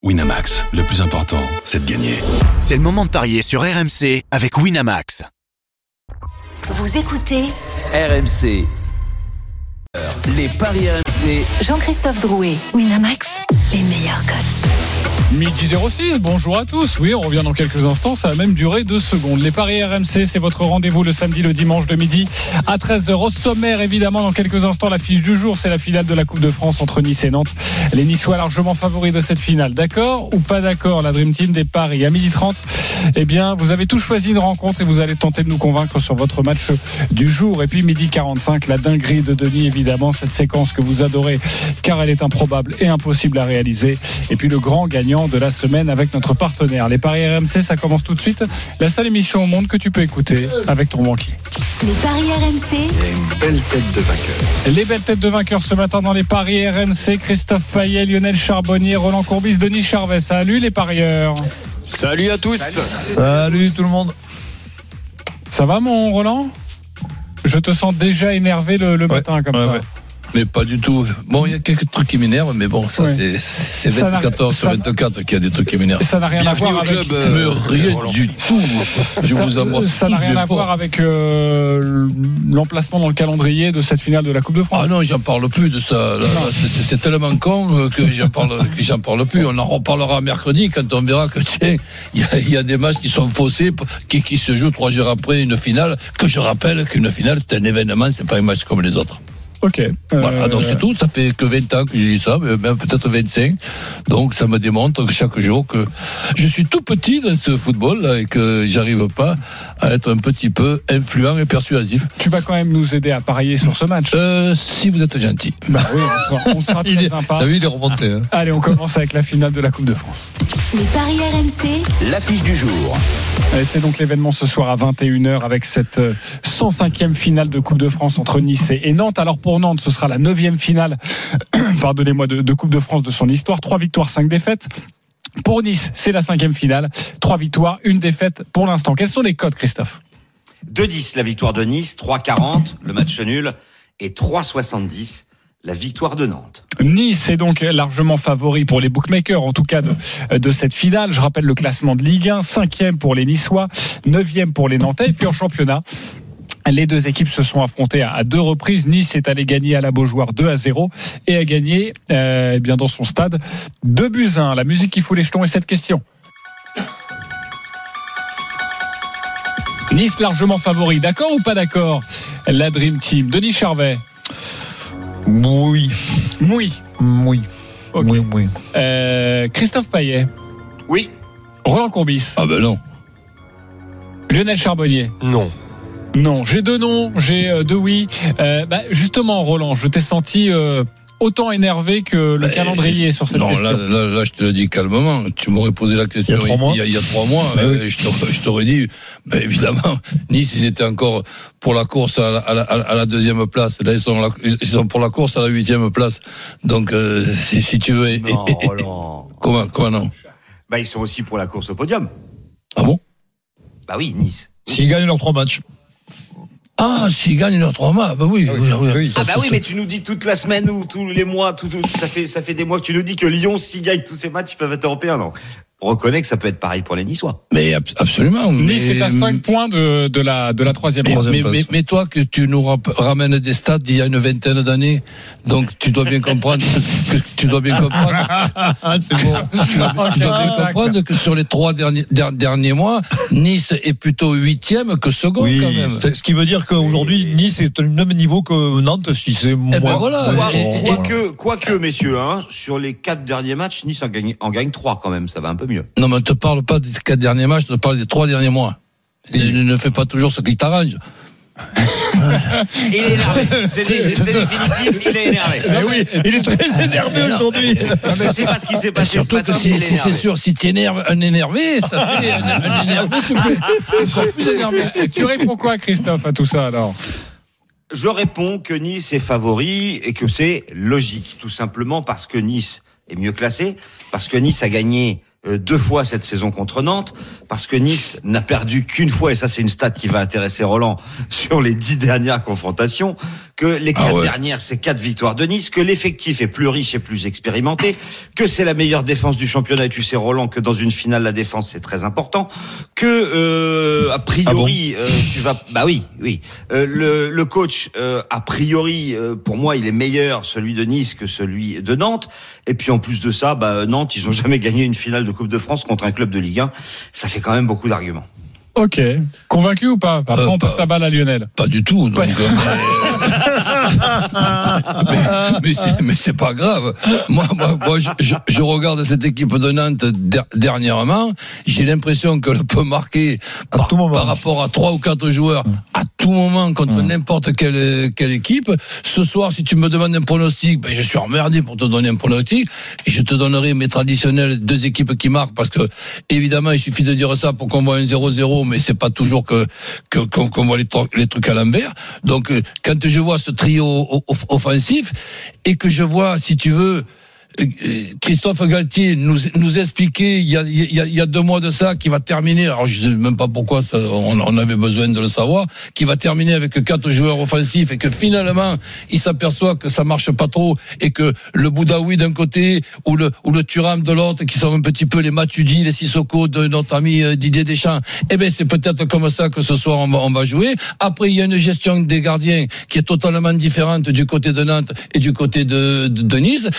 Winamax, le plus important, c'est de gagner. C'est le moment de parier sur RMC avec Winamax. Vous écoutez RMC. Les paris RMC. Jean-Christophe Drouet, Winamax, les meilleurs codes. Midi 06, bonjour à tous. Oui, on revient dans quelques instants, ça a même duré 2 secondes. Les paris RMC, c'est votre rendez-vous le samedi, le dimanche de midi à 13h. Au sommaire, évidemment, dans quelques instants, l'affiche du jour, c'est la finale de la Coupe de France entre Nice et Nantes. Les Niçois largement favoris de cette finale. D'accord ou pas d'accord, la Dream Team des paris à 12h30. Eh bien, vous avez tous choisi une rencontre et vous allez tenter de nous convaincre sur votre match du jour. Et puis, 12h45, la dinguerie de Denis, évidemment, cette séquence que vous adorez car elle est improbable et impossible à réaliser. Et puis, le grand gagnant de la semaine avec notre partenaire. Les paris RMC, ça commence tout de suite. La seule émission au monde que tu peux écouter avec ton banquier. Les paris RMC. Il y a une belle tête de vainqueur. Les belles têtes de vainqueurs ce matin dans les paris RMC. Christophe Payet, Lionel Charbonnier, Roland Courbis, Denis Charvet. Salut les parieurs. Salut à tous. Salut tout le monde. Ça va mon Roland ? Je te sens déjà énervé le matin comme ça. Ouais. Mais pas du tout. Bon, il y a quelques trucs qui m'énervent, mais bon, ça c'est 24 sur 24 qu'il y a des trucs qui m'énervent. Ça n'a rien à voir avec rien du tout. Je vous embrasse. Ça n'a rien à voir avec l'emplacement dans le calendrier de cette finale de la Coupe de France. Ah non, j'en parle plus de ça. Là, c'est tellement con que j'en parle plus. On en reparlera mercredi quand on verra que tiens, il y a des matchs qui sont faussés, qui se jouent 3 jours après une finale. Que je rappelle qu'une finale, c'est un événement, c'est pas un match comme les autres. Ok. Voilà, donc c'est tout. Ça fait que 20 ans que j'ai dit ça, même peut-être 25. Donc ça me démontre que chaque jour que je suis tout petit dans ce football là, et que j'arrive pas à être un petit peu influent et persuasif. Tu vas quand même nous aider à parier sur ce match. Si vous êtes gentil. Bah oui, on sera très sympa. T'as vu, il est remonté. Hein. Allez, on commence avec la finale de la Coupe de France. Les paris RMC. L'affiche du jour. Et c'est donc l'événement ce soir à 21h avec cette 105e finale de Coupe de France entre Nice et Nantes. Alors pour Nantes, ce sera la 9e finale pardonnez-moi, de Coupe de France de son histoire. 3 victoires, 5 défaites. Pour Nice, c'est la 5e finale. 3 victoires, 1 défaite pour l'instant. Quels sont les codes, Christophe ? 2-10 la victoire de Nice, 3-40 le match nul et 3-70 la victoire de Nantes. Nice est donc largement favori pour les bookmakers, en tout cas de cette finale. Je rappelle le classement de Ligue 1, 5e pour les Niçois, 9e pour les Nantais. Et puis en championnat, les deux équipes se sont affrontées à 2 reprises. Nice est allé gagner à la Beaujoire 2-0 et a gagné bien dans son stade 2-1. La musique qui fout les jetons est cette question. Nice largement favori, d'accord ou pas d'accord ? La Dream Team. Denis Charvet. Oui. Okay. Oui. Christophe Payet. Oui. Roland Courbis. Ah ben non. Lionel Charbonnier. Non, j'ai 2 noms, j'ai 2 oui. Justement, Roland, je t'ai senti autant énervé que le calendrier sur cette question. Là, je te le dis calmement. Tu m'aurais posé la question il y a 3 mois. Oui. Je t'aurais dit, évidemment, Nice, ils étaient encore pour la course à la 2e place. Là, ils sont pour la course à la 8e place. Donc, si tu veux. Non. Comment non ? Ils sont aussi pour la course au podium. Ah bon ? Bah oui, Nice. S'ils gagnent leurs 3 matchs. Ah, s'ils gagnent leurs 3 matchs, oui. Mais tu nous dis toute la semaine ou tous les mois, ça fait des mois que tu nous dis que Lyon, s'ils gagnent tous ces matchs, ils peuvent être européens, non ? On reconnaît que ça peut être pareil pour les Niçois. Mais absolument. Nice est à 5 points de la 3e place. Mais toi, que tu nous ramènes des stats d'il y a une vingtaine d'années, donc tu dois bien comprendre c'est bon. Tu dois bien comprendre que sur les 3 derniers mois, Nice est plutôt 8e que second, quand même. Ce qui veut dire qu'aujourd'hui, Nice est au même niveau que Nantes, si c'est moins. Voilà. Quoique, messieurs, sur les 4 derniers matchs, Nice en gagne 3 quand même, ça va un peu mieux. Non, mais on ne te parle pas des 4 derniers matchs, on te parle des 3 derniers mois. Il ne fait pas toujours ce qui t'arrange. Il est énervé. C'est définitif, il est énervé. Oui, il est très énervé aujourd'hui. Je ne sais pas ce qui s'est passé ce matin. Surtout que si c'est sûr, si tu énerves un énervé, ça fait un énervé encore plus énervé. Tu réponds quoi, Christophe, à tout ça alors ? Je réponds que Nice est favori et que c'est logique, tout simplement parce que Nice est mieux classé, parce que Nice a gagné 2 fois cette saison contre Nantes, parce que Nice n'a perdu qu'une fois, et ça c'est une stat qui va intéresser Roland, sur les 10 dernières confrontations, que les 4 dernières, c'est 4 victoires de Nice, que l'effectif est plus riche et plus expérimenté, que c'est la meilleure défense du championnat. Et tu sais, Roland, que dans une finale, la défense, c'est très important. Que, a priori, tu vas... Bah oui. Le coach, a priori, pour moi, il est meilleur, celui de Nice, que celui de Nantes. Et puis, en plus de ça, Nantes, ils ont jamais gagné une finale de Coupe de France contre un club de Ligue 1. Ça fait quand même beaucoup d'arguments. Ok. Convaincu ou pas? Après, on passe la balle à Lionel. Pas du tout. Donc, mais c'est pas grave. Moi, je regarde cette équipe de Nantes dernièrement. J'ai l'impression qu'elle peut marquer par rapport à 3 ou 4 joueurs à tout moment contre n'importe quelle équipe. Ce soir, si tu me demandes un pronostic, je suis emmerdé pour te donner un pronostic. Et je te donnerai mes traditionnels 2 équipes qui marquent, parce que évidemment, il suffit de dire ça pour qu'on voit un 0-0, mais c'est pas toujours qu'on voit les trucs à l'envers. Donc, quand je vois ce trio offensif et que je vois, si tu veux, Christophe Galtier nous expliquait il y a 2 mois de ça qu'il va terminer, alors je sais même pas pourquoi on avait besoin de le savoir, qu'il va terminer avec 4 joueurs offensifs, et que finalement il s'aperçoit que ça marche pas trop, et que le Boudaoui d'un côté ou le Thuram de l'autre, qui sont un petit peu les Matuidi, les Sissoko de notre ami Didier Deschamps, c'est peut-être comme ça que ce soir on va jouer. Après, il y a une gestion des gardiens qui est totalement différente du côté de Nantes et du côté de Nice.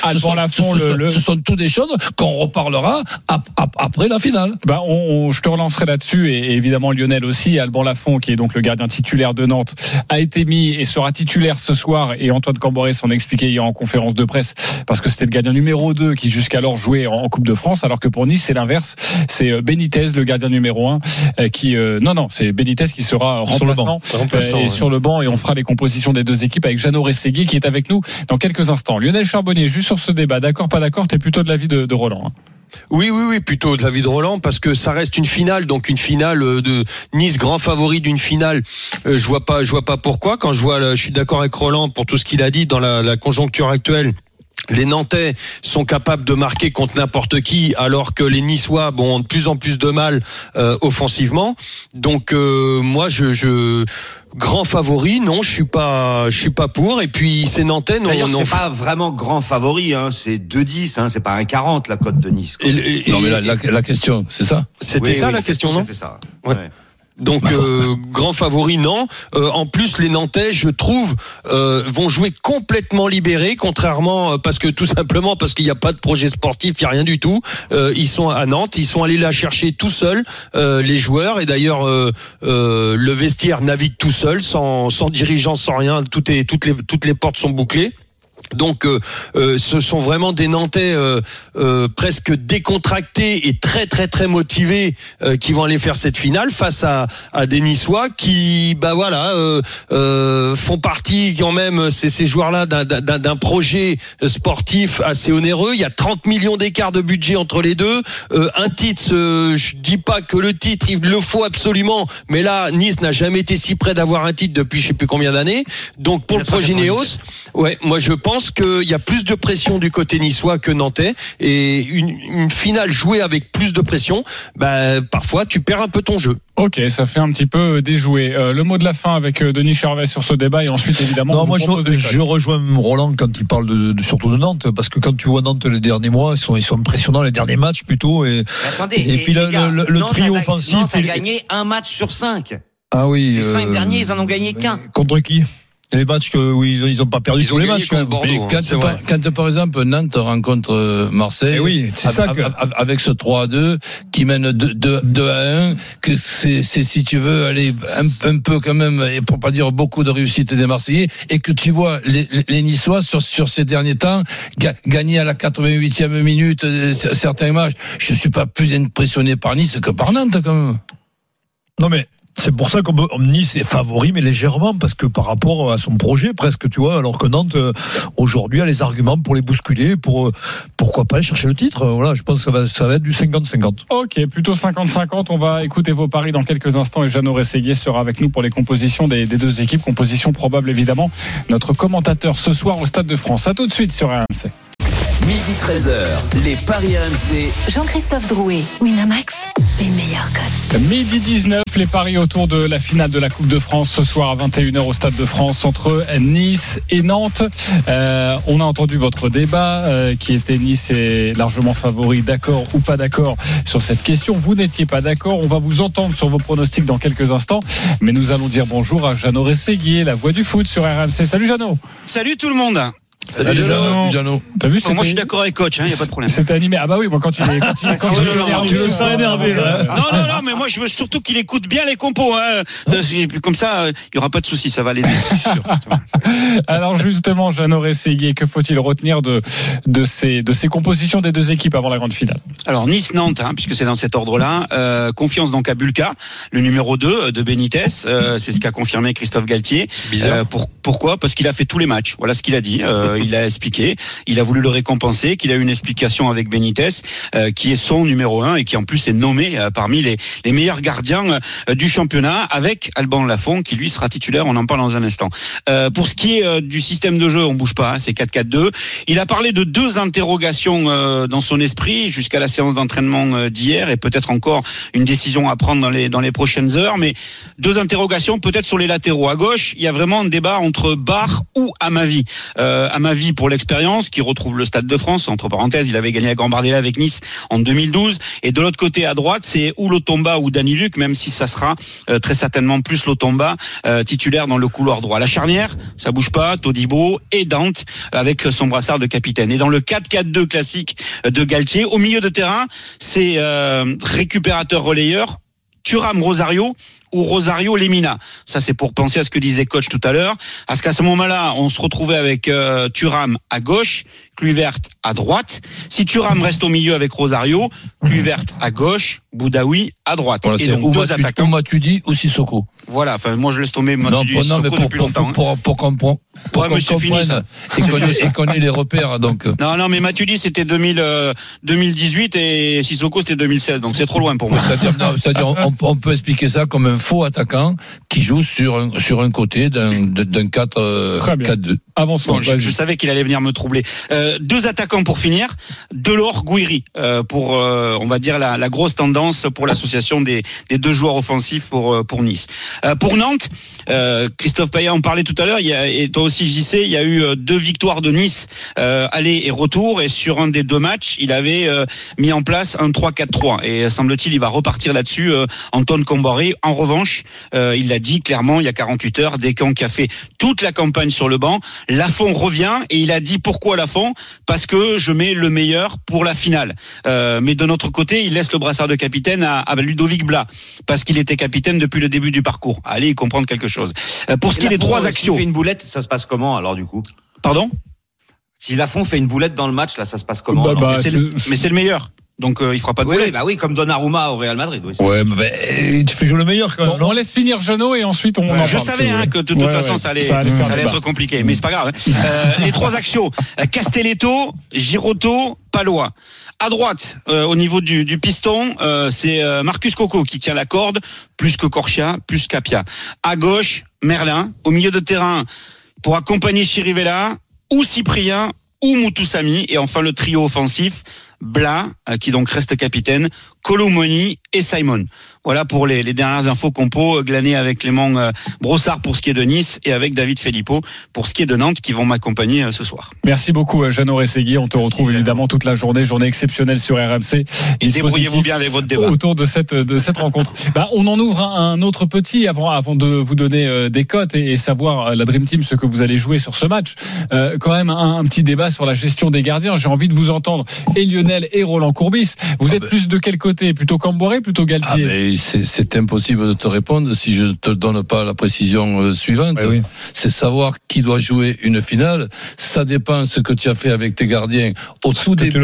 Ce sont toutes des choses qu'on reparlera après la finale. Je te relancerai là-dessus, et évidemment Lionel aussi. Alban Lafont, qui est donc le gardien titulaire de Nantes, a été mis et sera titulaire ce soir, et Antoine Camboré s'en expliquait hier en conférence de presse, parce que c'était le gardien numéro 2 qui jusqu'alors jouait en Coupe de France, alors que pour Nice c'est l'inverse, c'est Benitez le gardien numéro 1 c'est Benitez qui sera remplaçant sur le banc, et on fera les compositions des 2 équipes avec Jeannot Rességuier qui est avec nous dans quelques instants. Lionel Charbonnier, juste sur ce débat, d'accord, pas d'accord, t'es plutôt de l'avis de Roland, Oui, plutôt de l'avis de Roland, parce que ça reste une finale, donc une finale de Nice, grand favori d'une finale. Je vois pas pourquoi. Je suis d'accord avec Roland pour tout ce qu'il a dit dans la conjoncture actuelle. Les Nantais sont capables de marquer contre n'importe qui, alors que les Niçois ont de plus en plus de mal offensivement. Donc moi, grand favori, non, je suis pas pour. Et puis ces Nantais, non. D'ailleurs, c'est pas vraiment grand favori, c'est 2-10, c'est pas 1-40 la cote de Nice. Non, mais la question, c'est ça. C'était la question, non? C'était ça. Ouais. Donc grand favori, non. En plus, les Nantais, je trouve, vont jouer complètement libérés, contrairement parce qu'il n'y a pas de projet sportif, il n'y a rien du tout. Ils sont à Nantes, ils sont allés la chercher tout seuls, les joueurs, et d'ailleurs le vestiaire navigue tout seul, sans dirigeant, sans rien. Toutes les portes sont bouclées. Donc ce sont vraiment des Nantais presque décontractés et très très très motivés qui vont aller faire cette finale face à des Niçois qui font partie quand même, ces joueurs-là d'un projet sportif assez onéreux. Il y a 30 millions d'écart de budget entre les deux. Un titre, je dis pas que le titre il le faut absolument, mais là Nice n'a jamais été si près d'avoir un titre depuis je sais plus combien d'années. Donc pour le projet Néos, moi je pense qu'il y a plus de pression du côté niçois que nantais, et une finale jouée avec plus de pression, parfois tu perds un peu ton jeu. Ok, ça fait un petit peu déjoué. Le mot de la fin avec Denis Charvet sur ce débat, et ensuite évidemment. Non, moi je rejoins Roland quand il parle surtout de Nantes, parce que quand tu vois Nantes les derniers mois, ils sont impressionnants, les derniers matchs plutôt. Attendez, puis le trio offensif. Nantes a gagné un match sur 5. Ah oui. Les 5 derniers, ils en ont gagné qu'un. Contre qui? Les matchs où ils n'ont pas perdu tous les matchs. Bordeaux, quand par exemple Nantes rencontre Marseille, c'est ça avec ce 3-2 qui mène 2-1, que c'est si tu veux aller un peu quand même, et pour pas dire beaucoup de réussite des Marseillais, et que tu vois les Niçois sur ces derniers temps gagner à la 88e minute certains matchs. Je suis pas plus impressionné par Nice que par Nantes quand même. Non mais c'est pour ça que Nice est favori, mais légèrement, parce que par rapport à son projet presque, tu vois, alors que Nantes aujourd'hui a les arguments pour les bousculer, pourquoi pas aller chercher le titre. Voilà, je pense que ça va être du 50-50. Ok, plutôt 50-50. On va écouter vos paris dans quelques instants, et Jeannot Rességuier sera avec nous pour les compositions des 2 équipes, composition probable évidemment. Notre commentateur ce soir au Stade de France. À tout de suite sur RMC. Midi 13h, les Paris RMC. Jean-Christophe Drouet, Winamax, les meilleurs codes. Midi 19, les paris autour de la finale de la Coupe de France ce soir à 21h au Stade de France entre Nice et Nantes. On a entendu votre débat qui était Nice est largement favori, d'accord ou pas d'accord sur cette question. Vous n'étiez pas d'accord. On va vous entendre sur vos pronostics dans quelques instants. Mais nous allons dire bonjour à Jeannot Rességuier, la voix du foot sur RMC. Salut Jeannot. Salut tout le monde. Salut Jeannot. T'as vu, moi je suis d'accord avec coach, il y a pas de problème. C'était animé. Ah bah oui, moi quand tu le sens énervé. Non, mais moi je veux surtout qu'il écoute bien les compos. Comme ça, il y aura pas de souci, ça va l'aider. Alors justement, Jeannot Rességuier, que faut-il retenir de ces compositions des deux équipes avant la grande finale? Alors Nice-Nantes, puisque c'est dans cet ordre-là. Confiance donc à Bulka, le numéro 2 de Benitez. C'est ce qu'a confirmé Christophe Galtier. Pourquoi ? Parce qu'il a fait tous les matchs. Voilà ce qu'il a dit. Il a expliqué, il a voulu le récompenser, qu'il a eu une explication avec Benitez, qui est son numéro 1 et qui en plus est nommé parmi les meilleurs gardiens du championnat, avec Alban Lafont qui lui sera titulaire, on en parle dans un instant. Pour ce qui est du système de jeu, on bouge pas, c'est 4-4-2. Il a parlé de 2 interrogations dans son esprit jusqu'à la séance d'entraînement d'hier et peut-être encore une décision à prendre dans les prochaines heures, mais 2 interrogations peut-être sur les latéraux. À gauche, il y a vraiment un débat entre Barre ou Amavi. Amavi pour l'expérience, qui retrouve le Stade de France, entre parenthèses, il avait gagné à Gambardella avec Nice en 2012, et de l'autre côté à droite, c'est ou Lotomba ou Dani Luc, même si ça sera très certainement plus Lotomba titulaire dans le couloir droit. La charnière, ça bouge pas, Todibo et Dante avec son brassard de capitaine. Et dans le 4-4-2 classique de Galtier, au milieu de terrain, c'est récupérateur relayeur, Thuram Rosario ou Rosario Lemina. Ça, c'est pour penser à ce que disait coach tout à l'heure. À ce qu'à ce moment-là, on se retrouvait avec Thuram à gauche, Kluivert à droite. Si Thuram reste au milieu avec Rosario, Kluivert à gauche, Boudaoui à droite. Voilà, et donc 2 attaquants. Ou Matuidi ou Sissoko. Voilà, enfin moi je laisse tomber Matuidi et Sissoko depuis longtemps. Pour qu'on comprenne et qu'on ait les repères. Donc. Non, mais Matuidi c'était 2018 et Sissoko c'était 2016, donc c'est trop loin pour moi. C'est-à-dire on peut expliquer ça comme un faux attaquant qui joue sur un côté d'un 4-4-2. Avançons. Bon, je savais qu'il allait venir me troubler. 2 attaquants pour finir. Delors, Gouiri pour on va dire la grosse tendance pour l'association des 2 joueurs offensifs pour Nice. Pour Nantes, Christophe Payet en parlait tout à l'heure. Et toi aussi, j'y sais, il y a eu 2 victoires de Nice aller et retour. Et sur un des 2 matchs, il avait mis en place un 3-4-3. Et semble-t-il, il va repartir là-dessus. Antoine Comboré. En revanche, il l'a dit clairement il y a 48 heures, Descamps qui a fait toute la campagne sur le banc, Lafont revient et il a dit pourquoi Lafont ? Parce que je mets le meilleur pour la finale. Mais de notre côté, il laisse le brassard de capitaine à Ludovic Blas parce qu'il était capitaine depuis le début du parcours. Allez y comprendre quelque chose. Pour ce qui est des 3 actions, fait une boulette, ça se passe comment alors du coup ? Pardon ? Si Lafont fait une boulette dans le match, là, ça se passe comment ? Mais c'est le meilleur. Donc il fera pas de boulette. Oui, comme Donnarumma au Real Madrid. Oui, ouais, mais tu fais jouer le meilleur quand même. Bon, on laisse finir Jeannot et ensuite on en parle. Je savais que de toute façon ça allait être compliqué, mais c'est pas grave. Les 3 actions, Castelletto, Girotto, Palois. À droite, au niveau du piston, c'est Marcus Coco qui tient la corde, plus que Corchia, plus qu'Apia. À gauche, Merlin. Au milieu de terrain, pour accompagner Chirivella, ou Cyprien, ou Moutoussamy. Et enfin le trio offensif, Blas, qui donc reste capitaine, Colomoni et Simon. Voilà pour les dernières infos compo glanées avec Clément Brossard pour ce qui est de Nice et avec David Filippo pour ce qui est de Nantes qui vont m'accompagner ce soir. Merci beaucoup Jeannot Rességuier. On te retrouve évidemment toute la journée exceptionnelle sur RMC. Et débrouillez-vous bien avec votre débat. Autour de cette rencontre. On en ouvre un autre petit avant de vous donner des cotes et savoir la Dream Team ce que vous allez jouer sur ce match. Quand même un petit débat sur la gestion des gardiens. J'ai envie de vous entendre et Lionel et Roland Courbis. Vous êtes plus de quel côté ? Plutôt Camboré, plutôt Galtier ? C'est impossible de te répondre si je ne te donne pas la précision suivante. Oui. C'est savoir qui doit jouer une finale. Ça dépend ce que tu as fait avec tes gardiens au tout début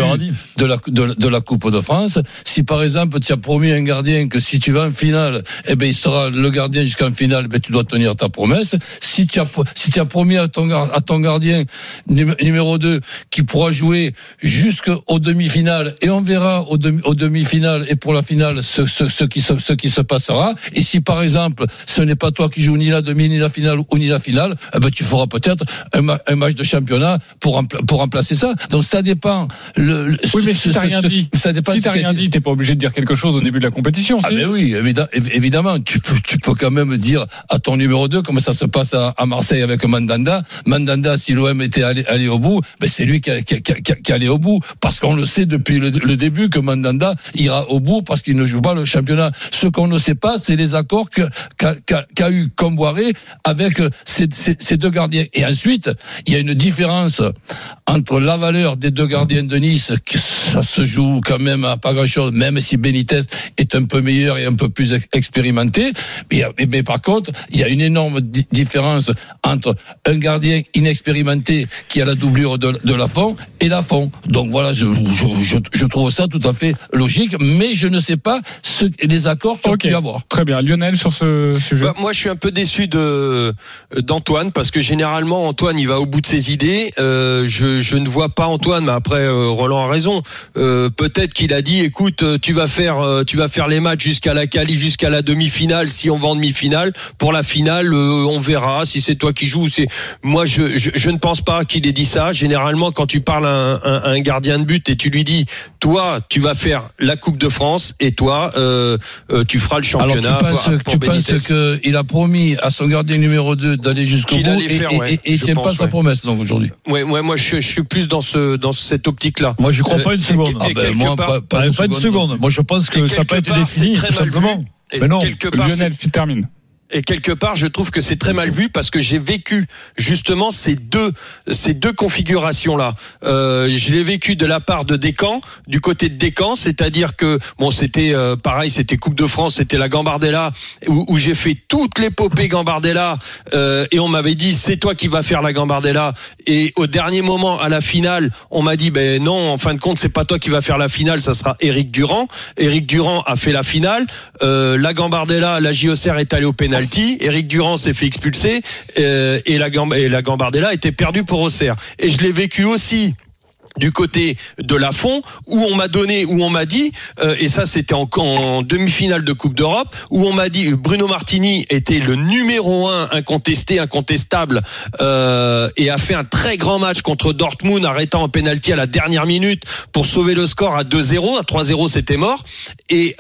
de la Coupe de France. Si par exemple tu as promis un gardien que si tu vas en finale, il sera le gardien jusqu'en finale, tu dois tenir ta promesse. Si tu as promis à ton gardien numéro 2 qui pourra jouer jusqu'aux demi-finales, et on verra aux demi-finales et pour la finale ce qui se passera. Et si par exemple, ce n'est pas toi qui joues ni la demi, ni la finale ou ni la finale, eh ben tu feras peut-être un match de championnat pour remplacer ça. Donc ça dépend. Oui, mais si t'as rien dit, t'es pas obligé de dire quelque chose au début de la compétition. Ah ben oui, évidemment, tu peux quand même dire à ton numéro 2 comment ça se passe à Marseille avec Mandanda. Mandanda, si l'OM était allé au bout, ben c'est lui qui est allé au bout, parce qu'on le sait depuis le début que Mandanda ira au bout parce qu'il ne joue pas le championnat. Ce qu'on ne sait pas, c'est les accords qu'a eu Comboiré avec ces deux gardiens. Et ensuite, il y a une différence entre la valeur des deux gardiens de Nice, que ça se joue quand même à pas grand-chose, même si Benitez est un peu meilleur et un peu plus expérimenté. Mais par contre, il y a une énorme différence entre un gardien inexpérimenté qui a la doublure de Lafont et Lafont. Donc voilà, je trouve ça tout à fait logique, mais je ne sais pas les accords qu'il peut y avoir. Très bien. Lionel, sur ce sujet. Moi, je suis un peu déçu d'Antoine, parce que généralement, Antoine, il va au bout de ses idées. Je ne vois pas Antoine, mais après, Roland a raison. Peut-être qu'il a dit, écoute, tu vas faire les matchs jusqu'à la demi-finale, si on va en demi-finale. Pour la finale, on verra si c'est toi qui joues. Moi, je ne pense pas qu'il ait dit ça. Généralement, quand tu parles à un gardien de but et tu lui dis, toi, tu vas faire la Coupe de France et toi, tu feras le championnat. Alors, tu penses qu'il a promis à son gardien numéro 2 d'aller jusqu'au bout et il tient pas sa promesse, donc, aujourd'hui. Ouais, moi, je suis plus dans cette optique-là. Moi, je crois pas une seconde. Pas une seconde. Moi, je pense que ça n'a pas été défini, tout simplement. Mais non. Lionel, termine. Et quelque part, je trouve que c'est très mal vu, parce que j'ai vécu justement ces deux configurations-là. Je l'ai vécu de la part de Descamps, du côté de Descamps, c'est-à-dire que c'était pareil, c'était Coupe de France, c'était la Gambardella où j'ai fait toute l'épopée Gambardella, et on m'avait dit c'est toi qui vas faire la Gambardella, et au dernier moment à la finale, on m'a dit ben non, en fin de compte c'est pas toi qui vas faire la finale, ça sera Éric Durand. Éric Durand a fait la finale, la Gambardella, la JOCR est allée au pénalty. Éric Durand s'est fait expulser et la Gambardella était perdue pour Auxerre. Et je l'ai vécu aussi du côté de Lafont, où on m'a dit, et ça c'était en demi-finale de Coupe d'Europe, où on m'a dit Bruno Martini était le numéro 1 incontestable, et a fait un très grand match contre Dortmund, arrêtant en pénalty à la dernière minute pour sauver le score à 2-0, à 3-0 c'était mort, et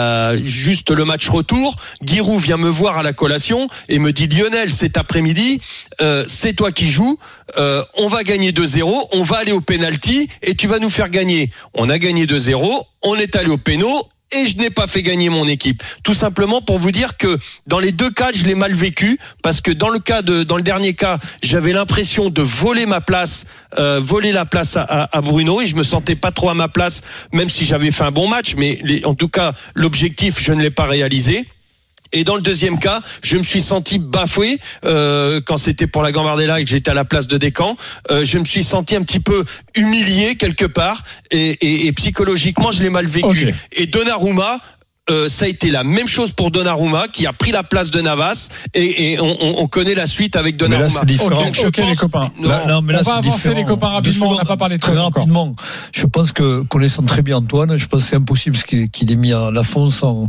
juste le match retour, Giroud vient me voir à la collation et me dit Lionel, cet après-midi, c'est toi qui joues, on va gagner 2-0, on va aller au pénalty et tu vas nous faire gagner. On a gagné 2-0, on est allé au péno et je n'ai pas fait gagner mon équipe. Tout simplement pour vous dire que dans les deux cas, je l'ai mal vécu, parce que dans le dernier cas, j'avais l'impression de voler ma place, voler la place à Bruno, et je me sentais pas trop à ma place, même si j'avais fait un bon match, mais en tout cas, l'objectif, je ne l'ai pas réalisé. Et dans le deuxième cas, je me suis senti bafoué quand c'était pour la Gambardella et que j'étais à la place de Descamps. Je me suis senti un petit peu humilié quelque part, et psychologiquement, je l'ai mal vécu. Okay. Et Donnarumma, ça a été la même chose pour Donnarumma, qui a pris la place de Navas, et on connaît la suite avec Donnarumma. Mais là, c'est différent. Ok, les copains. On va avancer les copains rapidement. On n'a pas parlé très rapidement. Je pense que, connaissant très bien Antoine, je pense que c'est impossible qu'il ait mis à Lafont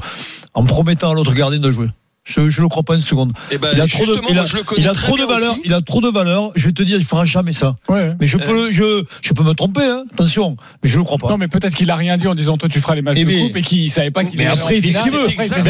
en promettant à l'autre gardien de jouer. Je ne le crois pas une seconde. Il a trop de valeur. Il a trop de valeur. Je vais te dire, il fera jamais ça. Ouais. Mais je peux me tromper, hein. Attention. Mais je le crois pas. Non, mais peut-être qu'il a rien dit en disant toi tu feras les matchs de coupe, et qu'il savait pas qu'il. Mais après, il fait ce qu'il veut. Mais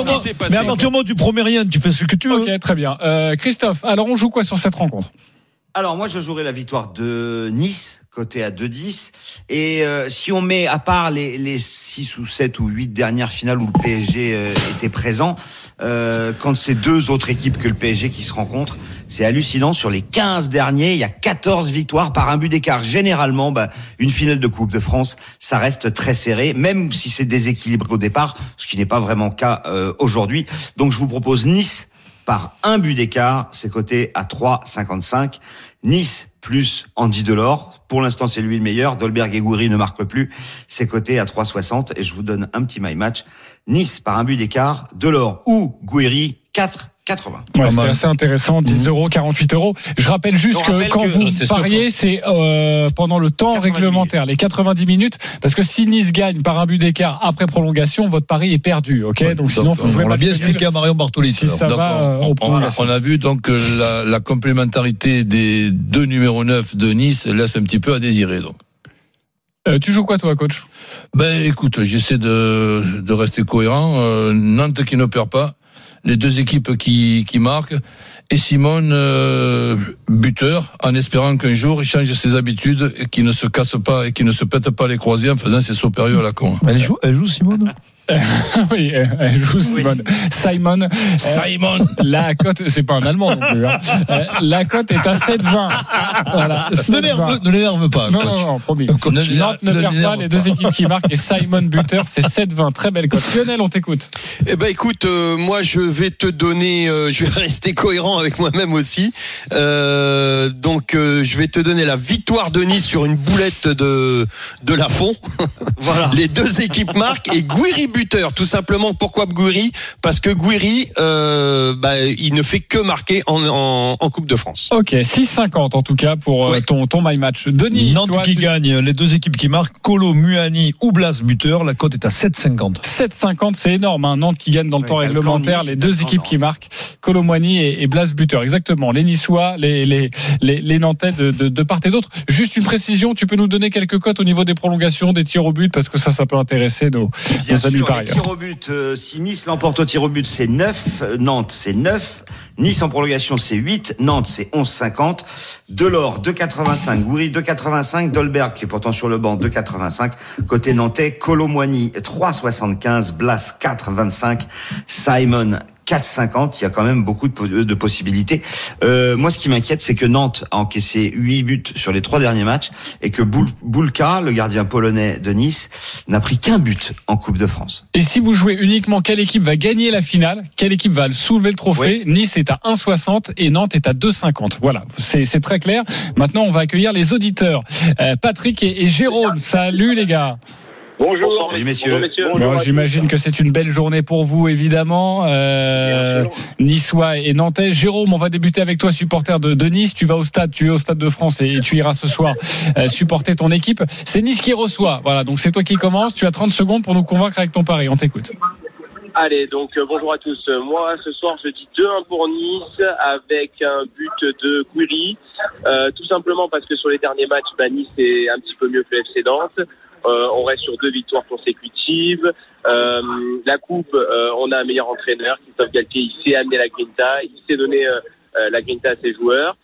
à partir du moment où tu promets rien, tu fais ce que tu veux. Ok, très bien. Christophe, alors on joue quoi sur cette rencontre? Alors moi je jouerai la victoire de Nice, côté à 2-10, et si on met à part les 6 ou 7 ou 8 dernières finales où le PSG était présent, quand c'est deux autres équipes que le PSG qui se rencontrent, c'est hallucinant. Sur les 15 derniers, il y a 14 victoires par un but d'écart. Généralement, une finale de Coupe de France, ça reste très serré, même si c'est déséquilibré au départ, ce qui n'est pas vraiment le cas aujourd'hui. Donc je vous propose Nice par un but d'écart, c'est coté à 3,55. Nice plus Andy Delors. Pour l'instant, c'est lui le meilleur. Dolberg et Gouiri ne marquent plus. C'est coté à 3,60. Et je vous donne un petit my match. Nice par un but d'écart. Delors ou Gouiri, 4,80. Ouais, c'est assez intéressant, 10 €, 48 €. Je rappelle juste que quand vous pariez, c'est pendant le temps réglementaire, les 90 minutes, parce que si Nice gagne par un but d'écart après prolongation, votre pari est perdu, ok? Ouais, donc sinon, faut jouer. On l'a bien expliqué à Marion Bartoli. Si ça va au prolongation. On a vu donc la complémentarité des deux numéros 9 de Nice laisse un petit peu à désirer, donc. Tu joues quoi, toi, coach? Ben, écoute, j'essaie de rester cohérent. Nantes qui ne perd pas. Les deux équipes qui marquent, et Simone buteur, en espérant qu'un jour il change ses habitudes et qu'il ne se casse pas et qu'il ne se pète pas les croisés en faisant ses sauts périlleux à la con. Elle joue Simone? Oui, elle joue Simone. Simon. La cote, c'est pas un Allemand non plus. Hein. La cote est à 7,20. Voilà. Ne l'énerve pas. Non, promis. Nantes ne perd pas, les deux équipes qui marquent, et Simon buteur, c'est 7,20. Très belle cote. Lionel, on t'écoute. Eh ben, écoute, moi, je vais te donner, je vais rester cohérent avec moi-même aussi. Donc, je vais te donner la victoire de Nice sur une boulette de Lafont. Voilà. Les deux équipes marquent, et Gouiri buteur, tout simplement. Pourquoi Gouiri? Parce que Gouiri, il ne fait que marquer en Coupe de France. Ok, 6,50 en tout cas pour ton my match. Denis, Nantes toi, qui gagne, les deux équipes qui marquent, Kolo Muani ou Blas buteur, la cote est à 7,50. 7,50, c'est énorme. Hein. Nantes qui gagne dans le temps réglementaire, les deux équipes qui marquent, Kolo Muani et Blas buteur. Exactement. Les Niçois, les Nantais de part et d'autre. Juste une précision, tu peux nous donner quelques cotes au niveau des prolongations, des tirs au but, parce que ça peut intéresser nos amis. Les tirs au but, si Nice l'emporte au tir au but, c'est 9, Nantes c'est 9, Nice en prolongation c'est 8, Nantes c'est 11,50, Delors 2,85, Gouiri 2,85, Dolberg qui est pourtant sur le banc 2,85, côté nantais, Kolo Muani 3,75, Blas 4,25, Simon 4,50, il y a quand même beaucoup de possibilités. Moi, ce qui m'inquiète, c'est que Nantes a encaissé 8 buts sur les 3 derniers matchs et que Bulka, le gardien polonais de Nice, n'a pris qu'un but en Coupe de France. Et si vous jouez uniquement quelle équipe va gagner la finale, quelle équipe va soulever le trophée, Nice est à 1,60 et Nantes est à 2,50. Voilà, c'est très clair. Maintenant, on va accueillir les auditeurs. Patrick et Jérôme, salut les gars. Bonjour. Salut messieurs. Bon, j'imagine que c'est une belle journée pour vous, évidemment. Niçois et Nantais. Jérôme, on va débuter avec toi, supporter de Nice. Tu vas au stade, tu es au Stade de France et tu iras ce soir supporter ton équipe. C'est Nice qui reçoit. Voilà, donc c'est toi qui commences. Tu as 30 secondes pour nous convaincre avec ton pari. On t'écoute. Allez, donc bonjour à tous. Moi, ce soir, je dis 2-1 pour Nice avec un but de Gouiri. Tout simplement parce que sur les derniers matchs, Nice est un petit peu mieux que le FC Nantes. On reste sur 2 victoires consécutives. La coupe, on a un meilleur entraîneur, Christophe Galtier. Il sait amener la grinta, il sait donner la grinta à ses joueurs.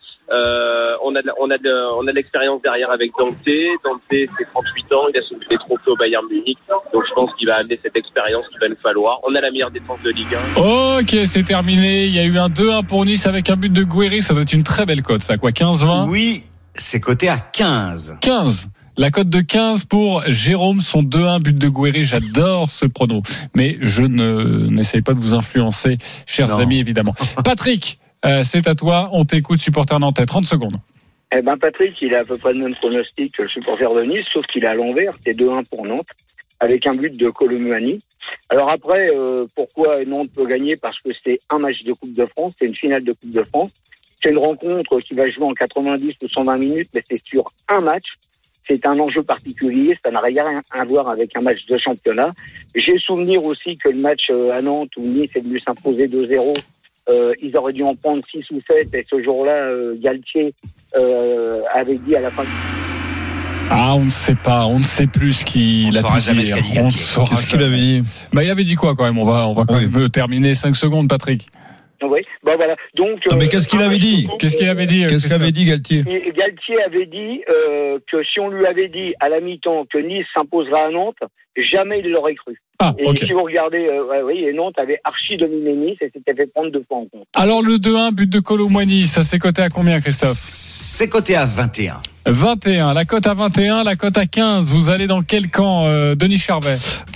On a de l'expérience derrière avec Dante. Dante, c'est 38 ans, il a soulevé des trophées au Bayern Munich. Donc je pense qu'il va amener cette expérience qu'il va nous falloir. On a la meilleure défense de Ligue 1. Ok, c'est terminé. Il y a eu un 2-1 pour Nice avec un but de Gouiri. Ça va être une très belle cote, ça, quoi, 15-20? Oui, c'est coté à 15. 15. La cote de 15 pour Jérôme, son 2-1 but de Gouiri. J'adore ce prono. Mais je n'essaye pas de vous influencer, chers amis, évidemment. Patrick, c'est à toi. On t'écoute, supporter nantais. 30 secondes. Patrick, il a à peu près le même pronostic que le supporter de Nice, sauf qu'il est à l'envers. C'est 2-1 pour Nantes, avec un but de Kolo Muani. Alors après, pourquoi Nantes peut gagner? Parce que c'est un match de Coupe de France, c'est une finale de Coupe de France. C'est une rencontre qui va jouer en 90 ou 120 minutes, mais c'est sur un match. C'est un enjeu particulier, ça n'a rien à voir avec un match de championnat. J'ai souvenir aussi que le match à Nantes où Nice est venu s'imposer 2-0, ils auraient dû en prendre 6 ou 7, et ce jour-là, Galtier avait dit à la fin... on ne sait pas, on ne sait plus ce qu'il a pu dire. Qu'est-ce qu'il avait dit? Il avait dit quoi quand même? On va quand même terminer 5 secondes, Patrick. Oui, voilà. Donc, mais qu'est-ce qu'il avait dit? Qu'est-ce qu'avait dit Galtier? Galtier avait dit que si on lui avait dit à la mi-temps que Nice s'imposera à Nantes, jamais il l'aurait cru. Si vous regardez, et Nantes avait archi dominé Nice et s'était fait prendre 2 fois en compte. Alors le 2-1, but de Kolo Muani, ça s'est coté à combien, Christophe? C'est coté à 21. 21, la cote à 21, la cote à 15. Vous allez dans quel camp, Denis Charvet?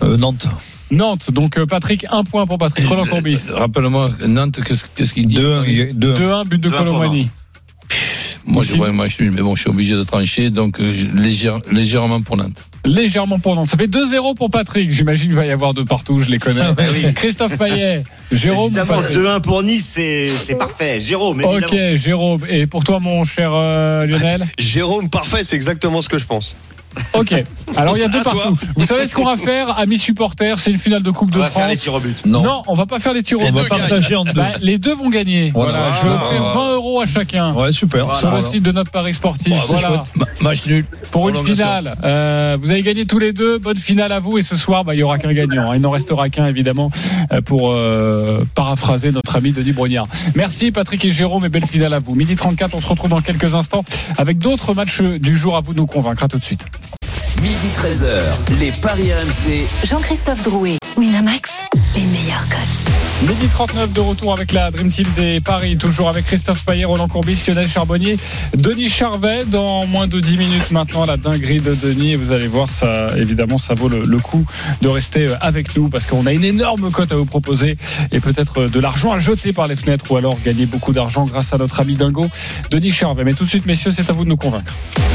Nantes, donc Patrick, 1 point pour Patrick. Roland Courbis. Rappelle-moi, Nantes, qu'est-ce qu'il dit? 2-1, but de Kolo Muani. Moi, je vois un match nul, mais bon, je suis obligé de trancher, donc légèrement pour Nantes. Légèrement pour Nantes. Ça fait 2-0 pour Patrick. J'imagine qu'il va y avoir de partout, je les connais. Oui. Christophe Payet, Jérôme. Évidemment, 2-1 pour Nice, c'est parfait. Jérôme, évidemment. Ok, Jérôme. Et pour toi, mon cher Lionel? Jérôme, parfait, c'est exactement ce que je pense. Ok, alors il y a deux partout. Vous savez ce qu'on va faire, amis supporters? C'est une finale de Coupe de France. On va faire les tirs au but. Non, on va pas faire les tirs au but. On va partager en deux. Les deux vont gagner. Voilà. Je vais offrir 20 € à chacun. Ouais, super. Sur le site de notre Paris sportif. Voilà. Match nul. Pour une finale. Vous avez gagné tous les deux. Bonne finale à vous. Et ce soir, il y aura qu'un gagnant. Il n'en restera qu'un, évidemment, pour paraphraser notre ami Denis Brognard. Merci Patrick et Jérôme et belle finale à vous. 12h34, on se retrouve dans quelques instants avec d'autres matchs du jour à vous de nous convaincre. À tout de suite. 12h13, les Paris RMC. Jean-Christophe Drouet, Winamax, les meilleurs codes. 12h39 de retour avec la Dream Team des Paris, toujours avec Christophe Payet, Roland Courbis, Lionel Charbonnier, Denis Charvet. Dans moins de 10 minutes maintenant, la dinguerie de Denis. Et vous allez voir, ça, évidemment, ça vaut le coup de rester avec nous parce qu'on a une énorme cote à vous proposer et peut-être de l'argent à jeter par les fenêtres ou alors gagner beaucoup d'argent grâce à notre ami dingo, Denis Charvet. Mais tout de suite, messieurs, c'est à vous de nous convaincre.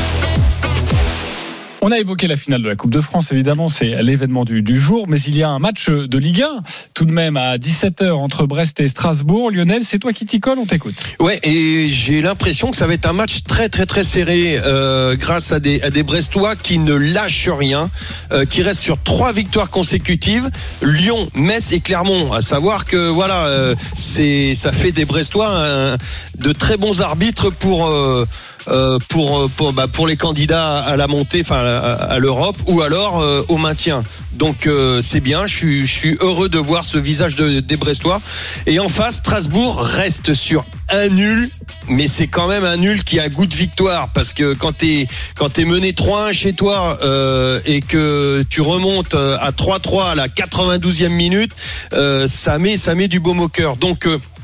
On a évoqué la finale de la Coupe de France, évidemment, c'est l'événement du jour, mais il y a un match de Ligue 1, tout de même à 17h entre Brest et Strasbourg. Lionel, c'est toi qui t'y colle, on t'écoute. Ouais, et j'ai l'impression que ça va être un match très très très serré grâce à des Brestois qui ne lâchent rien, qui restent sur 3 victoires consécutives, Lyon, Metz et Clermont. À savoir que voilà, ça fait des Brestois de très bons arbitres pour les candidats à la montée, enfin à l'Europe ou alors au maintien. Donc c'est bien, je suis heureux de voir ce visage des Brestois. Et en face, Strasbourg reste sur un nul, mais c'est quand même un nul qui a goût de victoire parce que quand t'es mené 3-1 chez toi et que tu remontes à 3-3 à la 92e minute, ça met du baume au cœur. Donc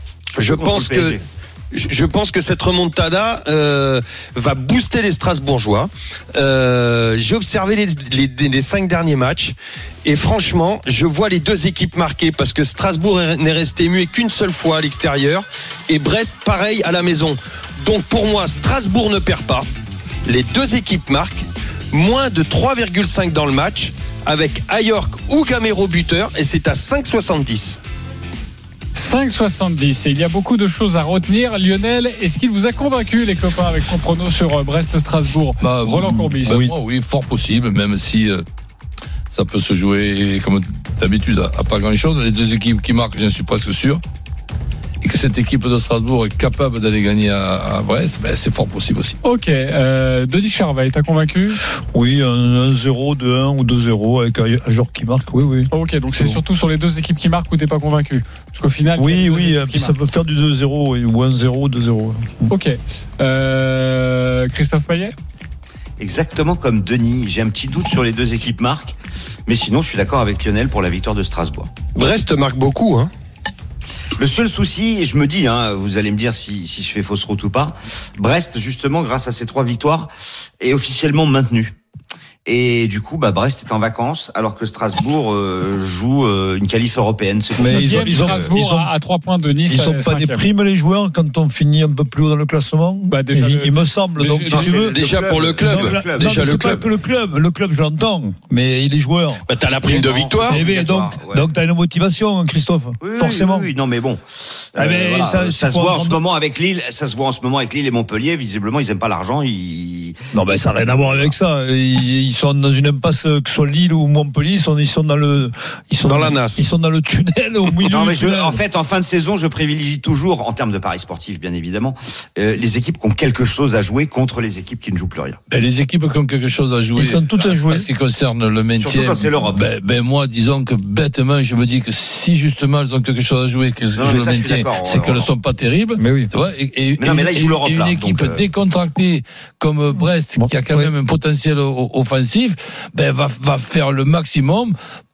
je pense que cette remontada va booster les Strasbourgeois. J'ai observé les 5 derniers matchs et franchement, je vois les deux équipes marquer parce que Strasbourg n'est resté muet qu'une seule fois à l'extérieur et Brest pareil à la maison. Donc pour moi, Strasbourg ne perd pas. Les deux équipes marquent. Moins de 3,5 dans le match avec Ayork ou Gamero buteur et c'est à 5,70. 5,70. Et il y a beaucoup de choses à retenir. Lionel, est-ce qu'il vous a convaincu, les copains, avec son prono sur Brest-Strasbourg? Roland Courbis. Moi, oui, fort possible, même si ça peut se jouer, comme d'habitude, à pas grand-chose. Les deux équipes qui marquent, j'en suis presque sûr. Et que cette équipe de Strasbourg est capable d'aller gagner à Brest, c'est fort possible aussi. Ok. Denis Charvet, t'as convaincu? Oui, un 0, 2-1 ou 2-0 avec un joueur qui marque, oui. Ok, donc c'est surtout sur les deux équipes qui marquent où t'es pas convaincu? Parce qu'au final... Oui, puis ça peut faire du 2-0 ou 1-0, 2-0. Ok. Christophe Payet? Exactement comme Denis. J'ai un petit doute sur les deux équipes marques. Mais sinon, je suis d'accord avec Lionel pour la victoire de Strasbourg. Brest marque beaucoup, hein. Le seul souci, et je me dis, vous allez me dire si je fais fausse route ou pas, Brest, justement, grâce à ces 3 victoires, est officiellement maintenu. Et du coup, Brest est en vacances, alors que Strasbourg joue une qualif européenne. Mais ils ont à 3 points de Nice. Ils sont pas des primes, les joueurs, quand on finit un peu plus haut dans le classement? Il me semble. Déjà pour le club. C'est pas que le club, je l'entends, mais les joueurs. T'as la prime de victoire. Donc t'as une motivation, Christophe. Forcément. Oui, non, mais bon. Ça se voit en ce moment avec Lille. Ça se voit en ce moment avec Lille et Montpellier. Visiblement, ils aiment pas l'argent. Non, ça n'a rien à voir avec ça. Ils sont dans une impasse, que ce soit Lille ou Montpellier, ils sont dans la nasse. Ils sont dans le tunnel au milieu. Non, mais en fait, en fin de saison, je privilégie toujours, en termes de paris sportifs, bien évidemment, les équipes qui ont quelque chose à jouer contre les équipes qui ne jouent plus rien. Les équipes qui ont quelque chose à jouer. Ils sont toutes à jouer. En ce qui concerne le maintien. Surtout quand c'est l'Europe. Moi, disons que bêtement, je me dis que si justement elles ont quelque chose à jouer, que jouent le maintien, c'est qu'elles ne sont pas terribles. Mais oui. Mais là, ils jouent l'Europe. Et une équipe décontractée comme Brest, qui a quand même un potentiel offensif, va faire le maximum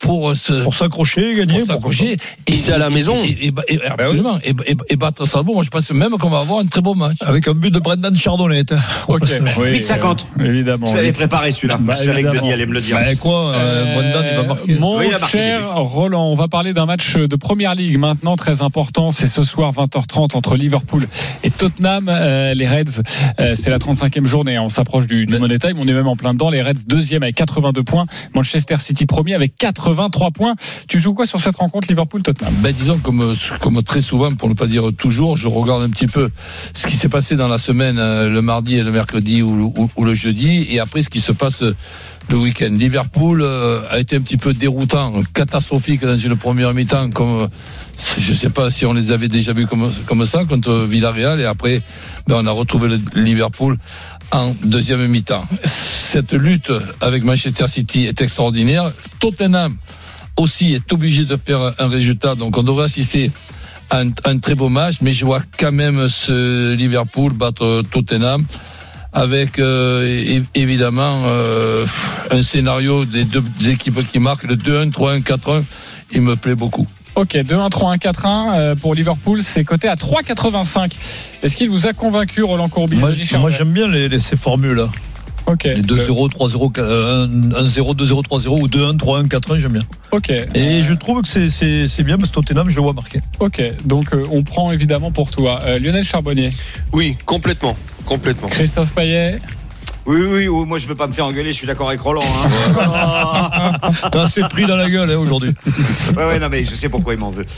pour s'accrocher, gagner, pour s'accrocher. Et c'est à la maison. Absolument. Et battre Strasbourg, moi je pense même qu'on va avoir un très beau match. Avec un but de Brendan Chardonnay. Ok. 8,50. Évidemment. Je l'avais préparé celui-là. Je savais que Denis allait me le dire. Brendan, il va marquer. Mon cher Roland, on va parler d'un match de Première Ligue maintenant très important. C'est ce soir 20h30 entre Liverpool et Tottenham. Les Reds, c'est la 35e journée. On s'approche du Money Time. On est même en plein dedans. Les Reds deuxième avec 82 points. Manchester City premier avec 83 points. Tu joues quoi sur cette rencontre Liverpool-Tottenham? Disons comme très souvent, pour ne pas dire toujours, je regarde un petit peu ce qui s'est passé dans la semaine, le mardi et le mercredi ou le jeudi, et après ce qui se passe le week-end. Liverpool a été un petit peu déroutant, catastrophique dans une première mi-temps, comme je ne sais pas si on les avait déjà vus comme ça contre Villarreal, et après on a retrouvé le Liverpool en deuxième mi-temps. Cette lutte avec Manchester City est extraordinaire. Tottenham aussi est obligé de faire un résultat, donc on devrait assister à un très beau match, mais je vois quand même ce Liverpool battre Tottenham avec évidemment un scénario des deux équipes qui marquent, le 2-1, 3-1, 4-1, il me plaît beaucoup. Ok, 2-1, 3-1, 4-1 pour Liverpool, c'est coté à 3,85. Est-ce qu'il vous a convaincu, Roland Courbis? Moi j'aime bien ces formules-là. Ok. Les 2-0, 3-0, 1-0, 2-0, 3-0 ou 2-1, 3-1, 4-1, j'aime bien. Ok. Et je trouve que c'est bien parce que Tottenham, je le vois marquer. Ok, donc on prend évidemment pour toi. Lionel Charbonnier. Oui, complètement. Christophe Payet. Oui, moi je veux pas me faire engueuler, je suis d'accord avec Roland. T'as assez pris dans la gueule aujourd'hui. Ouais, non mais je sais pourquoi il m'en veut.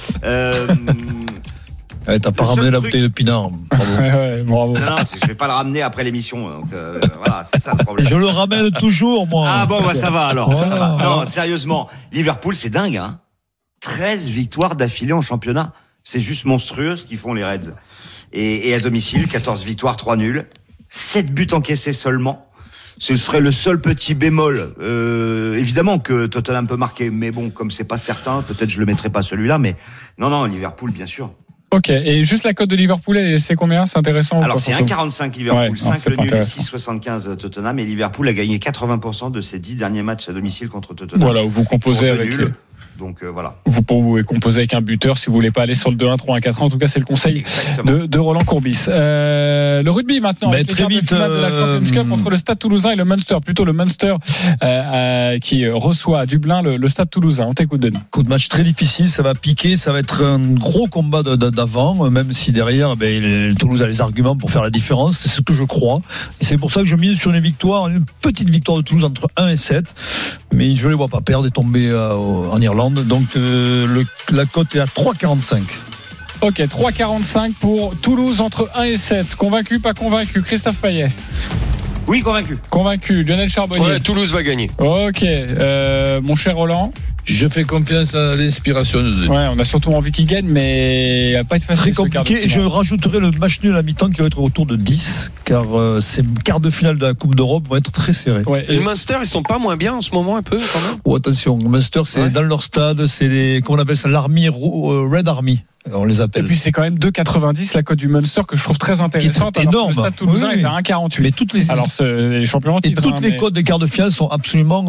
T'as pas ramené la bouteille de pinard. Bravo. Bravo. Non, je vais pas le ramener après l'émission. Donc voilà, c'est ça le problème. Je le ramène toujours, moi. Ah bon, ça va alors. Ça va. Non, sérieusement, Liverpool, c'est dingue. 13 victoires d'affilée en championnat. C'est juste monstrueux ce qu'ils font les Reds. Et à domicile, 14 victoires, 3 nuls. 7 buts encaissés seulement. Ce serait le seul petit bémol. Évidemment que Tottenham peut marquer, mais bon, comme c'est pas certain, peut-être je le mettrai pas celui-là, mais non, Liverpool, bien sûr. Ok, et juste la cote de Liverpool, c'est combien? C'est intéressant? Alors c'est 1,45 Liverpool, 5 le nul et 6,75 Tottenham, et Liverpool a gagné 80% de ses 10 derniers matchs à domicile contre Tottenham. Voilà, vous composez avec... Donc voilà. Vous pouvez composer avec un buteur si vous voulez pas aller sur le 2-1, 3-1, 4-1. En tout cas, c'est le conseil de Roland Courbis. Le rugby maintenant, avec les quarts de finale de la Champions Cup entre le Stade Toulousain et le Munster. Plutôt le Munster qui reçoit à Dublin le Stade Toulousain. On t'écoute, Denis. Coup de match très difficile, ça va piquer, ça va être un gros combat d'avant, même si derrière, le Toulouse a les arguments pour faire la différence. C'est ce que je crois. Et c'est pour ça que je mise sur une petite victoire de Toulouse entre 1 et 7. Mais je ne les vois pas perdre et tomber en Irlande. Donc la cote est à 3,45. Ok, 3,45 pour Toulouse entre 1 et 7. Convaincu, pas convaincu? Christophe Payet. Oui, convaincu. Convaincu. Lionel Charbonnier. Ouais, Toulouse va gagner. Ok, mon cher Roland. Je fais confiance à l'inspiration de Denis. Ouais, on a surtout envie qu'il gagne, mais il va pas être facile. Très compliqué. Je rajouterai le match nul à mi-temps qui va être autour de 10, car ces quarts de finale de la Coupe d'Europe vont être très serrés. Ouais, et le Munster, ils sont pas moins bien en ce moment un peu quand même. Oh, attention, le Munster, c'est dans leur stade, c'est comment on appelle ça, l'Army, Red Army. On les appelle. Et puis c'est quand même 2,90 la cote du Munster que je trouve très intéressante. Énorme. Le Stade Toulousain est à 1,48. Mais toutes les champions en titre. Et toutes les cotes des quarts de finale sont absolument,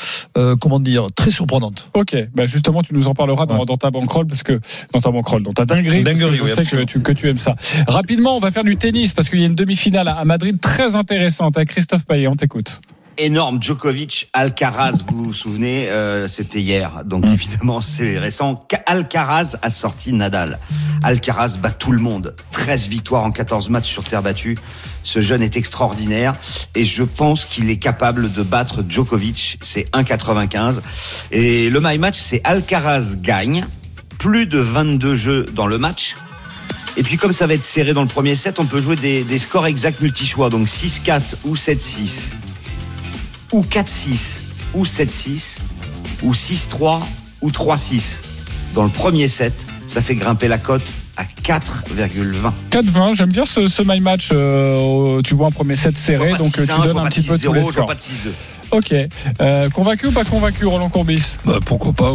très surprenantes. Ok, justement tu nous en parleras dans ta bankroll parce que dans ta dinguerie, je sais que tu aimes ça. Rapidement, on va faire du tennis parce qu'il y a une demi-finale à Madrid très intéressante avec Christophe Payet. On t'écoute. Énorme, Djokovic, Alcaraz, vous vous souvenez, c'était hier, donc évidemment c'est récent. Alcaraz a sorti Nadal. Alcaraz bat tout le monde, 13 victoires en 14 matchs sur terre battue. Ce jeune est extraordinaire et je pense qu'il est capable de battre Djokovic, c'est 1,95. Et le my match, c'est Alcaraz gagne, plus de 22 jeux dans le match. Et puis comme ça va être serré dans le premier set, on peut jouer des scores exacts multi-choix, donc 6-4 ou 7-6. Ou 4-6, ou 7-6, ou 6-3, ou 3-6. Dans le premier set, ça fait grimper la cote à 4,20. 4,20, j'aime bien ce my match. Tu vois un premier set serré, donc tu donnes un petit peu tous les scores. Pas de 6-2. Ok. Convaincu ou pas convaincu, Roland Courbis? Pourquoi pas, oui.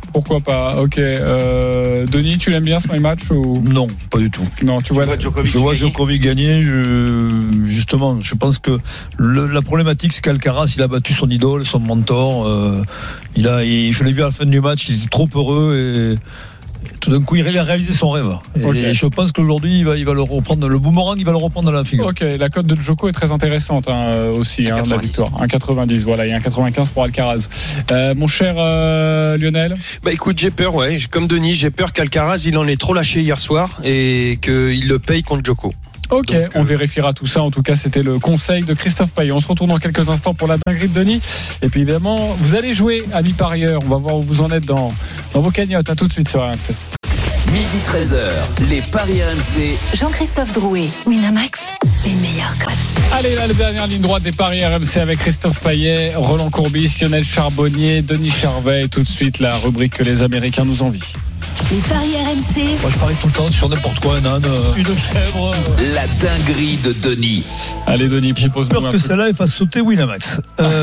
Pourquoi pas? Ok. Denis, tu l'aimes bien ce My Match ou... Non, pas du tout. Non, tu vois Djokovic. Je vois Djokovic gagner. Justement, je pense que la problématique, c'est qu'Alcaraz, il a battu son idole, son mentor. Je l'ai vu à la fin du match, il était trop heureux et tout d'un coup, il a réalisé son rêve. Et je pense qu'aujourd'hui, il va le reprendre, le boomerang, il va le reprendre dans la figure. Ok, la cote de Djoko est très intéressante aussi, la victoire. 1,90, voilà, et 1,95 pour Alcaraz. Mon cher Lionel. Bah écoute, j'ai peur, comme Denis, j'ai peur qu'Alcaraz, il en ait trop lâché hier soir et qu'il le paye contre Djoko. Ok, donc, on vérifiera tout ça. En tout cas, c'était le conseil de Christophe Payet. On se retrouve dans quelques instants pour la dinguerie de Denis. Et puis évidemment, vous allez jouer, amis parieurs. On va voir où vous en êtes dans vos cagnottes. À tout de suite sur RMC. Midi 13h, les paris RMC. Jean-Christophe Drouet, Winamax, les meilleurs cotes. Allez, là, la dernière ligne droite des paris RMC avec Christophe Payet, Roland Courbis, Lionel Charbonnier, Denis Charvet. Et tout de suite, la rubrique que les Américains nous envient. Les paris RMC. Moi, je parie tout le temps sur n'importe quoi, un âne, une chèvre. La dinguerie de Denis. Allez, Denis, propose-nous un peu. Peur que celle-là fasse sauter Winamax.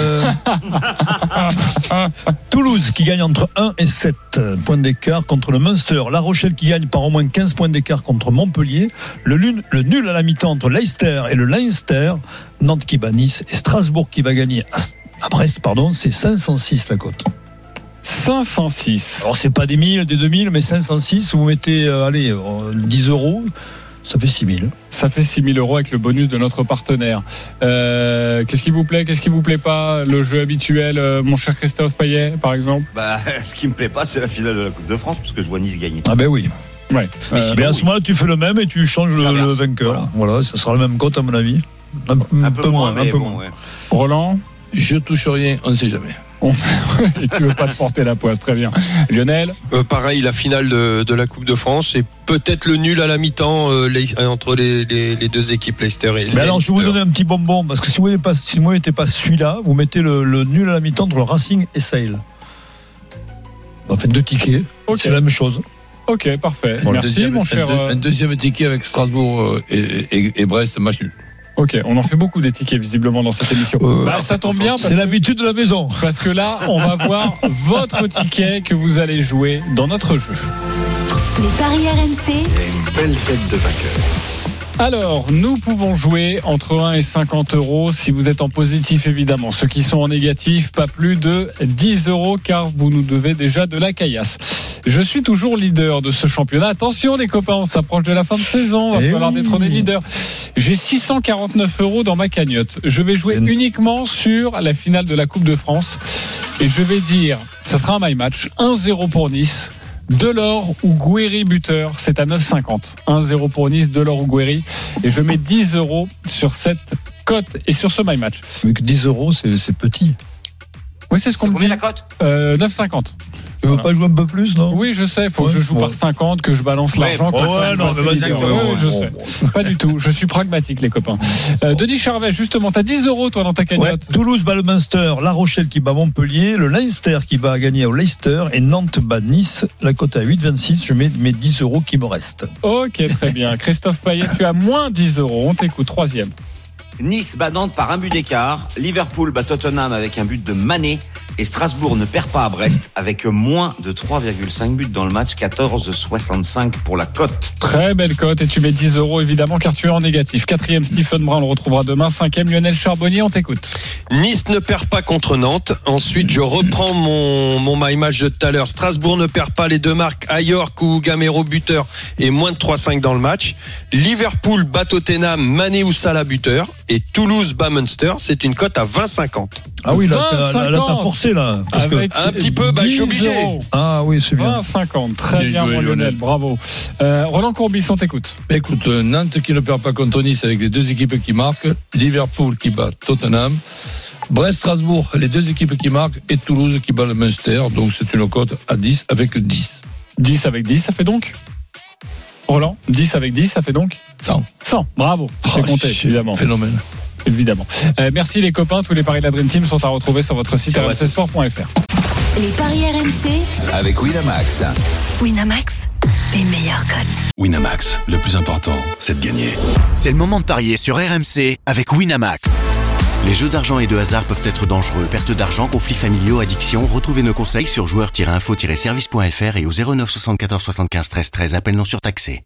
Toulouse qui gagne entre 1 et 7 points d'écart contre le Munster. La Rochelle qui gagne par au moins 15 points d'écart contre Montpellier. Le nul à la mi-temps entre Leicester et le Leinster. Nantes qui bat Nice et Strasbourg qui va gagner à Brest, c'est 506 la cote. 506. Alors c'est pas des 1000, des 2000, mais 506, vous mettez 10 euros, ça fait 6 000. Ça fait 6 000 euros avec le bonus de notre partenaire. Qu'est-ce qui vous plaît, qu'est-ce qui vous plaît pas? Le jeu habituel, mon cher Christophe Payet, par exemple? Ce qui me plaît pas, c'est la finale de la Coupe de France, parce que je vois Nice gagner. Ah ben oui. Ouais. Mais à ce moment-là, tu fais le même et tu changes le vainqueur. Voilà, ça sera le même cote à mon avis. Un peu moins. Ouais. Roland? Je touche rien, on ne sait jamais. Et tu veux pas te porter la poisse, très bien. Lionel? Pareil, la finale de la Coupe de France et peut-être le nul à la mi-temps entre les deux équipes, Leicester et Leinster. Alors je vais vous donner un petit bonbon, parce que si vous ne mettez pas celui-là, vous mettez le nul à la mi-temps entre le Racing et Sale. En fait 2 tickets, c'est la même chose. Ok, parfait. Bon, merci mon cher. Un deuxième ticket avec Strasbourg et Brest, match nul. Ok, on en fait beaucoup des tickets visiblement dans cette émission. Ça tombe bien. C'est l'habitude de la maison. Parce que là, on va voir votre ticket que vous allez jouer dans notre jeu. Les paris RMC. Une belle tête de vainqueur. Alors, nous pouvons jouer entre 1 et 50 euros si vous êtes en positif, évidemment. Ceux qui sont en négatif, pas plus de 10 euros car vous nous devez déjà de la caillasse. Je suis toujours leader de ce championnat. Attention les copains, on s'approche de la fin de saison. Il va falloir détrôner leader. J'ai 649 euros dans ma cagnotte. Je vais jouer uniquement sur la finale de la Coupe de France. Et je vais dire, ça sera un my match, 1-0 pour Nice. Delors ou Gouiri buteur, c'est à 9,50. 1-0 pour Nice, Delors ou Gouiri. Et je mets 10 euros sur cette cote et sur ce my match. Mais que 10 euros, c'est petit. Oui, c'est ce qu'on me dit. La cote 9,50. Tu veux pas jouer un peu plus, non? Oui, je sais. Il faut que je joue par 50, que je balance l'argent. Je sais. Pas du tout. Je suis pragmatique, les copains. Denis Charvet, justement, t'as 10 euros, toi, dans ta cagnotte. Toulouse bat le Munster, La Rochelle qui bat Montpellier, le Leinster qui va gagner au Leicester et Nantes bat Nice. La cote à 8,26. Je mets mes 10 euros qui me restent. Ok, très bien. Christophe Payet, tu as moins 10 euros. On t'écoute. Troisième. Nice bat Nantes par un but d'écart. Liverpool bat Tottenham avec un but de Mané. Et Strasbourg ne perd pas à Brest avec moins de 3,5 buts dans le match, 14,65 pour la cote. Très belle cote et tu mets 10 euros évidemment car tu es en négatif. 4e Stephen Brun, on le retrouvera demain. 5e Lionel Charbonnier, on t'écoute. Nice ne perd pas contre Nantes. Ensuite, je reprends mon my match de tout à l'heure. Strasbourg ne perd pas les deux marques, Ayork ou Gamero buteur et moins de 3,5 dans le match. Liverpool bat Tottenham, Mané ou Salah buteur. Et Toulouse bat Munster, c'est une cote à 20,50. Ah oui, là t'as forcé là. Parce que un petit peu, je suis obligé. Ah oui, c'est bien. 20,50, très bien, mon Lionel, bravo. Roland Courbis, on t'écoute. Écoute, Nantes qui ne perd pas contre Nice avec les deux équipes qui marquent, Liverpool qui bat Tottenham, Brest, Strasbourg, les deux équipes qui marquent, et Toulouse qui bat le Munster. Donc c'est une cote à 10 avec 10. 10 avec 10, ça fait donc Roland, 10 avec 10, ça fait donc 100. 100, bravo. C'est compté, évidemment. Phénomène. Évidemment. Merci les copains, tous les paris de la Dream Team sont à retrouver sur votre site rmcsport.fr. Les paris RMC avec Winamax. Winamax, les meilleurs cotes. Winamax, le plus important, c'est de gagner. C'est le moment de parier sur RMC avec Winamax. Les jeux d'argent et de hasard peuvent être dangereux. Perte d'argent, conflits familiaux, addiction. Retrouvez nos conseils sur joueurs-info-service.fr et au 09 74 75 13 13. Appel non surtaxé.